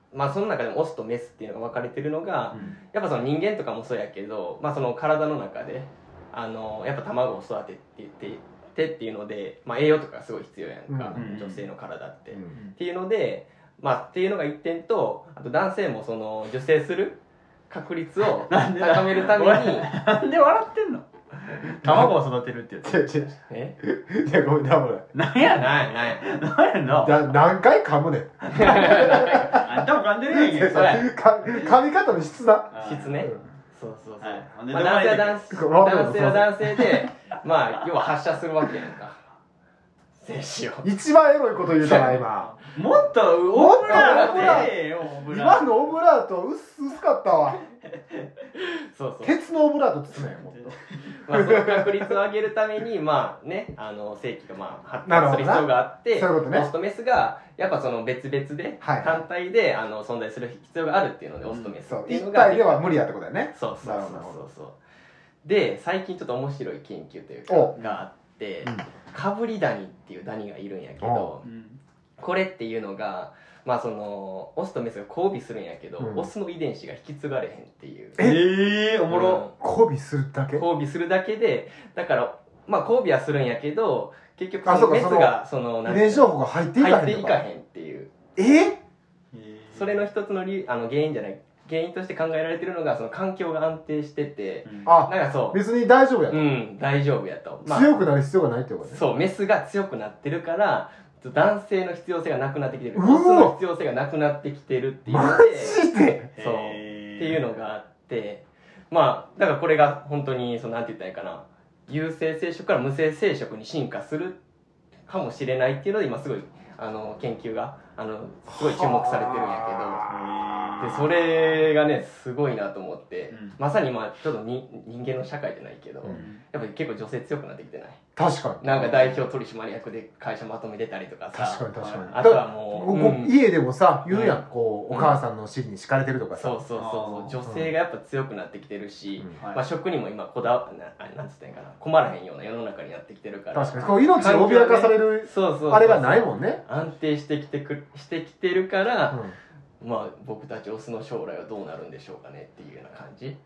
[SPEAKER 3] まあその中でもオスとメスっていうのが分かれてるのが、やっぱその人間とかもそうやけど、まあその体の中でやっぱ卵を育ててっていうので、まあ、栄養とかすごい必要やんか、女性の体って、っていうので、まあっていうのが一点と、あと男性もその受精する確率を高めるために
[SPEAKER 1] なんで笑ってんの？卵を育てるって言って。
[SPEAKER 2] いやごめんな、これ
[SPEAKER 1] なんやの
[SPEAKER 2] 何回噛むねん。
[SPEAKER 1] あんたも噛んでるやんけ。
[SPEAKER 2] 噛み方の質な。
[SPEAKER 3] 質ね。そうそうそう。
[SPEAKER 1] まあ
[SPEAKER 3] 男性は男性で、まあ要は発射するわけやんか。精子を。
[SPEAKER 2] 一番エロいこと言うたな今。
[SPEAKER 1] もっとオブラートよ。
[SPEAKER 2] 今のオブラート薄かったわ。
[SPEAKER 3] そうそう。
[SPEAKER 2] 鉄のオブラート包めよもっと。
[SPEAKER 3] まあその確率を上げるためにまあね精子がまあ発達する必要があって、オスとメスがやっぱその別々で単体で存在する必要があるっていうのでオスとメスっていうのが
[SPEAKER 2] 一体では無理やってことだよね。
[SPEAKER 3] そうで最近ちょっと面白い研究というかがあってかぶりダニっていうダニがいるんやけど、これっていうのがまあそのオスとメスが交尾するんやけど、オスの遺伝子が引き継がれへんっていう。
[SPEAKER 2] おもろ。交尾するだけ？
[SPEAKER 3] 交尾するだけで、だからまあ交尾はするんやけど結局そのメスがその
[SPEAKER 2] 遺伝子情報が入っていかへん
[SPEAKER 3] っていう。それの一つの原因として考えられてるのがその環境が安定してて、
[SPEAKER 2] なんかそう別に大丈夫やと。
[SPEAKER 3] 大丈夫やと。
[SPEAKER 2] 強くなる必要がないってことね。
[SPEAKER 3] そう、メスが強くなってるから男性の必要性がなくなってきてる、オスの必要性がなくなってきてるっていうので、
[SPEAKER 2] マジで
[SPEAKER 3] そうっていうのがあって、まあだからこれが本当になんて言ったらいいかな、有性生殖から無性生殖に進化するかもしれないっていうので今すごい研究がすごい注目されてるんやけど、でそれがねすごいなと思って、まさにまあちょっと人間の社会じゃないけど、やっぱり結構女性強くなってきてない？
[SPEAKER 2] 確かに。
[SPEAKER 3] なんか代表取締役で会社まとめてたりとかさ。
[SPEAKER 2] 確かに。
[SPEAKER 3] あとはも
[SPEAKER 2] う家でもさ言うやん、こうお母さんの尻に敷かれてるとかさ。
[SPEAKER 3] そう女性がやっぱ強くなってきてるし、まあ食にも今なんつったんかな、困らへんような世の中になってきてるから。
[SPEAKER 2] 確かに。こう命を脅かされるあれがないもんね。
[SPEAKER 3] 安定してきてるから、まあ僕たちオスの将来はどうなるんでしょうかねっていうような感じ。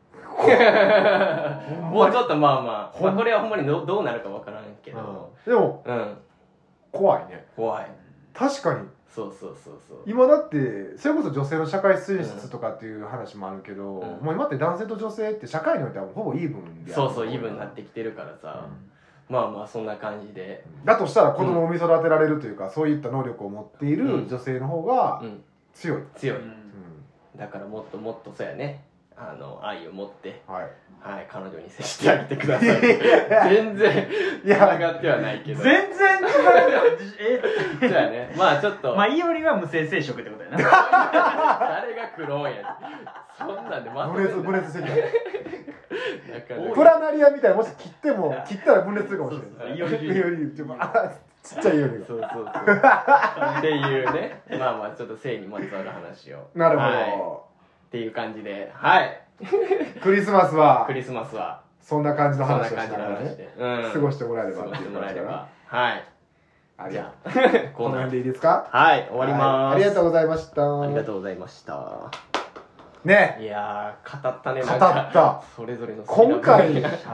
[SPEAKER 3] もうちょっとまあこれはほんまにどうなるかわからんけど、
[SPEAKER 2] でも怖いね。
[SPEAKER 3] 怖い。
[SPEAKER 2] 確かに。
[SPEAKER 3] そう
[SPEAKER 2] 今だってそれこそ女性の社会進出とかっていう話もあるけど、もう今って男性と女性って社会においてはほぼイーブンで、
[SPEAKER 3] そうイーブンになってきてるからさ、まあそんな感じで、
[SPEAKER 2] だとしたら子供を産み育てられるというか、そういった能力を持っている女性の方が強い、だからもっともっとそうやね、愛を持って彼女に接してあげてください。全然繋がってはないけど、
[SPEAKER 1] 全然違うよ。
[SPEAKER 3] そうやね。まあちょっと
[SPEAKER 1] まあいおりは無性生殖ってことやな。
[SPEAKER 3] 誰がクローンや。そんなんで
[SPEAKER 2] 分裂してきた。プラナリアみたいな、もし切ったら分裂するかもしれない。いおりちっちゃいいおりが。
[SPEAKER 3] そうっていうね、まあちょっと性にまつわる話を。
[SPEAKER 2] なるほど。
[SPEAKER 3] っていう感じで、はい。
[SPEAKER 2] クリスマスはそんな感じの話をしながらね、過ごしてもらえればっていう感じかな。
[SPEAKER 3] はい。
[SPEAKER 2] じゃあこの辺でいいですか？
[SPEAKER 3] はい、終わります。
[SPEAKER 2] ありがとうございました。
[SPEAKER 3] ありがとうございました
[SPEAKER 2] ね。
[SPEAKER 3] いやー、語ったね。
[SPEAKER 2] 語った。
[SPEAKER 3] それぞれの
[SPEAKER 2] 今回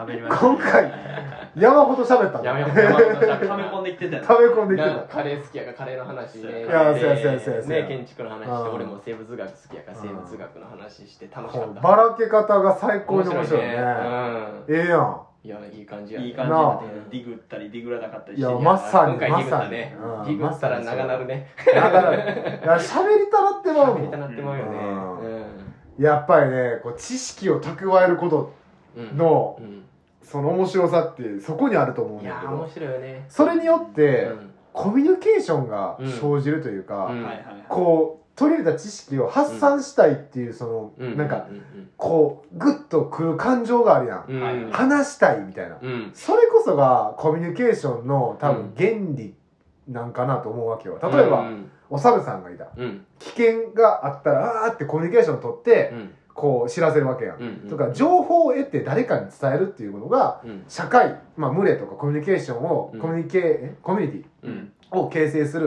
[SPEAKER 2] 山ほど喋ったね。
[SPEAKER 3] 山ほど喋った。
[SPEAKER 1] 溜め込んできてたよ。
[SPEAKER 2] 溜め込んできてた。
[SPEAKER 3] カレー好きやからカレーの話ね。
[SPEAKER 2] いや、
[SPEAKER 3] ね、建築の話して、俺も生物学好きやから生物学の話して楽しかった。
[SPEAKER 2] ばらけ方が最高に面白いね。ええやん。
[SPEAKER 3] いや、いい感じや。
[SPEAKER 1] いい感じや。ディグったりディグらなかったりして。
[SPEAKER 2] いや、まさに。
[SPEAKER 3] 今回ディグったね。ディグったら長なるね。
[SPEAKER 2] 長なる。いや、喋りたなってまうもん。
[SPEAKER 3] 喋りたなってまうよね。
[SPEAKER 2] やっぱりね、こう知識を蓄えることのその面白さってそこにあると思うんだけど、
[SPEAKER 3] 面白いよね。
[SPEAKER 2] それによってコミュニケーションが生じるというか、こう取り入れた知識を発散したいっていうそのなんかこうグッとくる感情があるやん、話したいみたいな、それこそがコミュニケーションの多分原理なんかなと思うわけよ。例えばおさるさんがいた、危険があったらあーってコミュニケーションを取って、こう知らせるわけやん、とか情報を得て誰かに伝えるっていうものが、社会、まあ、群れとかコミュニケーションを、コミュニティを形成する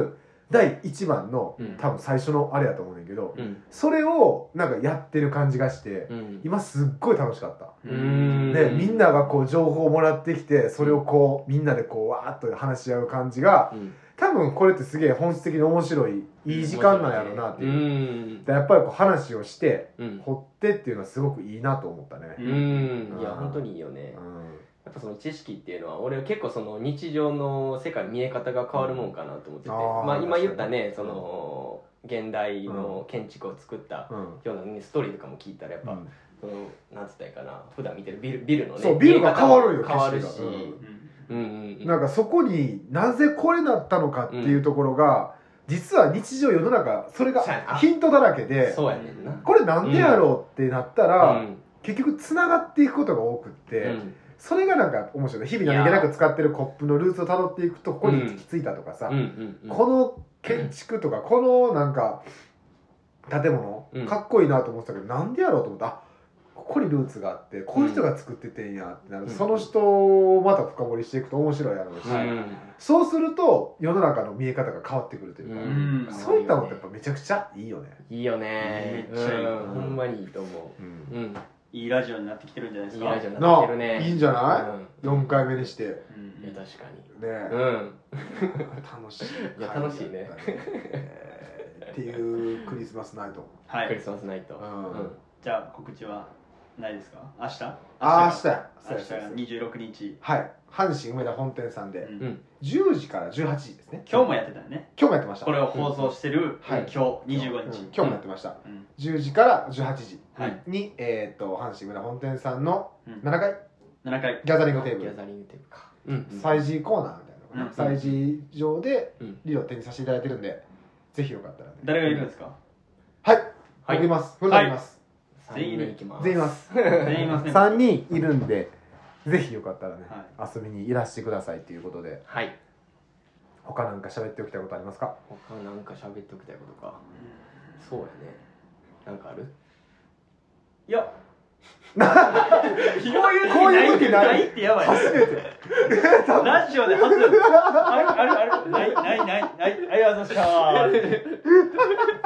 [SPEAKER 2] 第1番の多分最初のあれやと思うんだけど、それをなんかやってる感じがして、今すっごい楽しかった。でみんながこう情報をもらってきて、それをこうみんなでこうわーっと話し合う感じが、多分これってすげえ本質的に面白いいい時間なんやろうなっていう。やっぱりこう話をして掘ってっていうのはすごくいいなと思ったね。
[SPEAKER 3] いや本当にいいよね。やっぱその知識っていうのは俺は結構その日常の世界の見え方が変わるもんかなと思ってて、まあ今言ったねその現代の建築を作ったようなストーリーとかも聞いたらやっぱそのなんつったらいいかな、普段見てるビルのね、
[SPEAKER 2] そうビルが変わるよ、
[SPEAKER 3] 変わるし、
[SPEAKER 2] なんかそこになぜこれだったのかっていうところが、実は日常世の中それがヒントだらけで、
[SPEAKER 3] そうやねんな、
[SPEAKER 2] これなんでやろうってなったら結局つながっていくことが多くって、それがなんか面白い。日々何気なく使ってるコップのルーツをたどっていくとここに行き着いたとかさ、この建築とかこのなんか建物かっこいいなと思ってたけど、なんでやろうと思った。ここにルーツがあってこういう人が作っててんやってなると、その人をまた深掘りしていくと面白いやろうし、そうすると世の中の見え方が変わってくるというか、そういったのってやっぱめちゃくちゃいいよね。
[SPEAKER 3] いいよね、めっちゃいい、ほんまにいいと思う。
[SPEAKER 1] いいラジオになってきてるんじゃないですか。
[SPEAKER 3] いいラジオになってきてるね。
[SPEAKER 2] いいんじゃない？ 4 回目にして。いや
[SPEAKER 3] 確かに。
[SPEAKER 2] ね楽しい。
[SPEAKER 3] いや楽しいね。
[SPEAKER 2] っていうクリスマスナイト。
[SPEAKER 3] はい。クリスマスナイト。
[SPEAKER 1] じゃあ告知はないですか？明日？
[SPEAKER 2] 明日や。
[SPEAKER 1] 明日が26日。
[SPEAKER 2] はい。阪神梅田本店さんで10時から18時ですね。
[SPEAKER 1] 今日もやってたよね。
[SPEAKER 2] 今日もやってました。
[SPEAKER 1] これを放送してる今日25日。
[SPEAKER 2] 今日もやってました。10時から18時に阪神梅田本店さんの7階ギャザリングテーブル。
[SPEAKER 3] か。
[SPEAKER 2] 催事コーナーみたいな催事場でリロを手にさせていただいてるんで、ぜひよかったらね。
[SPEAKER 1] 誰がいるんですか？
[SPEAKER 2] はい。僕います。フルタいます。
[SPEAKER 1] 全員います。
[SPEAKER 2] 全員います。
[SPEAKER 1] 全員いますね。
[SPEAKER 2] 3人いるんで、ぜひよかったらね、遊びにいらしてくださいということで。
[SPEAKER 3] はい。
[SPEAKER 2] 他なんか喋っておきたいことありますか？
[SPEAKER 3] 他なんか喋っておきたいことか。そうやね。なんかある？
[SPEAKER 1] いや。こういう時ないってやばい。初めて。ラジオで初。あるない。ありがとうございました。